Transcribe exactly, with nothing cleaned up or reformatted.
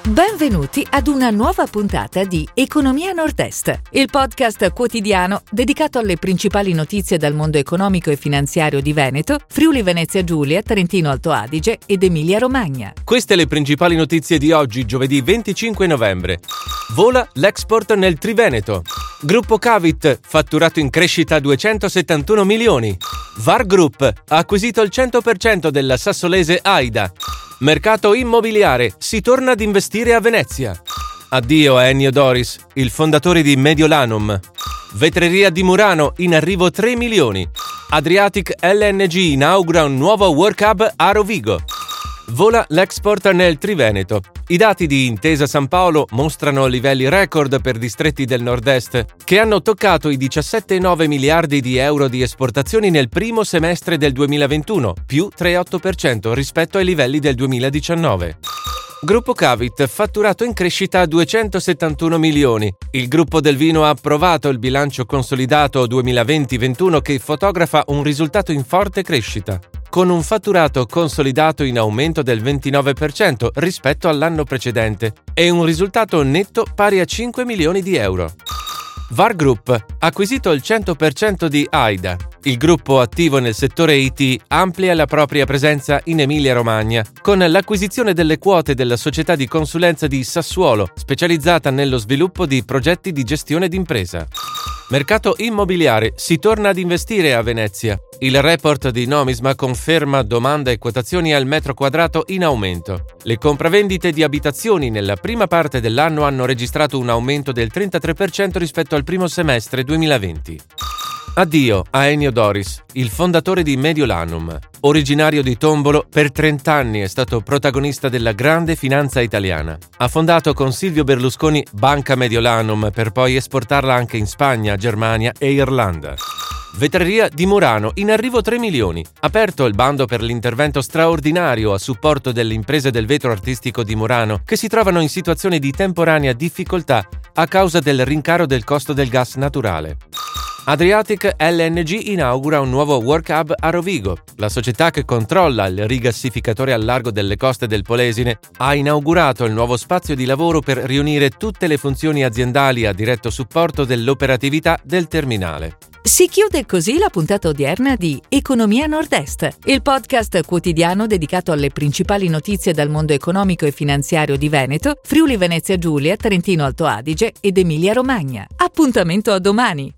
Benvenuti ad una nuova puntata di Economia Nord-Est, il podcast quotidiano dedicato alle principali notizie dal mondo economico e finanziario di Veneto, Friuli Venezia Giulia, Trentino Alto Adige ed Emilia Romagna. Queste le principali notizie di oggi, giovedì venticinque novembre. Vola l'export nel Triveneto. Gruppo Cavit, fatturato in crescita duecentosettantuno milioni. V A R Group ha acquisito il cento per cento della sassolese AIDA. Mercato immobiliare, si torna ad investire a Venezia. Addio a Ennio Doris, il fondatore di Mediolanum. Vetreria di Murano, in arrivo tre milioni. Adriatic L N G inaugura un nuovo work hub a Rovigo. Vola l'export nel Triveneto. I dati di Intesa San Paolo mostrano livelli record per distretti del nord-est, che hanno toccato i diciassette virgola nove miliardi di euro di esportazioni nel primo semestre del duemilaventuno, più tre virgola otto per cento rispetto ai livelli del duemiladiciannove. Gruppo Cavit, fatturato in crescita a duecentosettantuno milioni. Il gruppo del vino ha approvato il bilancio consolidato duemilaventi ventuno che fotografa un risultato in forte crescita, con un fatturato consolidato in aumento del ventinove per cento rispetto all'anno precedente e un risultato netto pari a cinque milioni di euro. V A R Group ha acquisito il cento per cento di AIDA. Il gruppo attivo nel settore I T amplia la propria presenza in Emilia-Romagna con l'acquisizione delle quote della società di consulenza di Sassuolo, specializzata nello sviluppo di progetti di gestione d'impresa. Mercato immobiliare, si torna ad investire a Venezia. Il report di Nomisma conferma domanda e quotazioni al metro quadrato in aumento. Le compravendite di abitazioni nella prima parte dell'anno hanno registrato un aumento del trentatré per cento rispetto al primo semestre duemilaventi. Addio a Ennio Doris, il fondatore di Mediolanum. Originario di Tombolo, per trent'anni è stato protagonista della grande finanza italiana. Ha fondato con Silvio Berlusconi Banca Mediolanum per poi esportarla anche in Spagna, Germania e Irlanda. Vetreria di Murano, in arrivo tre milioni. Aperto il bando per l'intervento straordinario a supporto delle imprese del vetro artistico di Murano che si trovano in situazione di temporanea difficoltà a causa del rincaro del costo del gas naturale. Adriatic L N G inaugura un nuovo work hub a Rovigo. La società che controlla il rigassificatore al largo delle coste del Polesine ha inaugurato il nuovo spazio di lavoro per riunire tutte le funzioni aziendali a diretto supporto dell'operatività del terminale. Si chiude così la puntata odierna di Economia Nord-Est, il podcast quotidiano dedicato alle principali notizie dal mondo economico e finanziario di Veneto, Friuli Venezia Giulia, Trentino Alto Adige ed Emilia Romagna. Appuntamento a domani!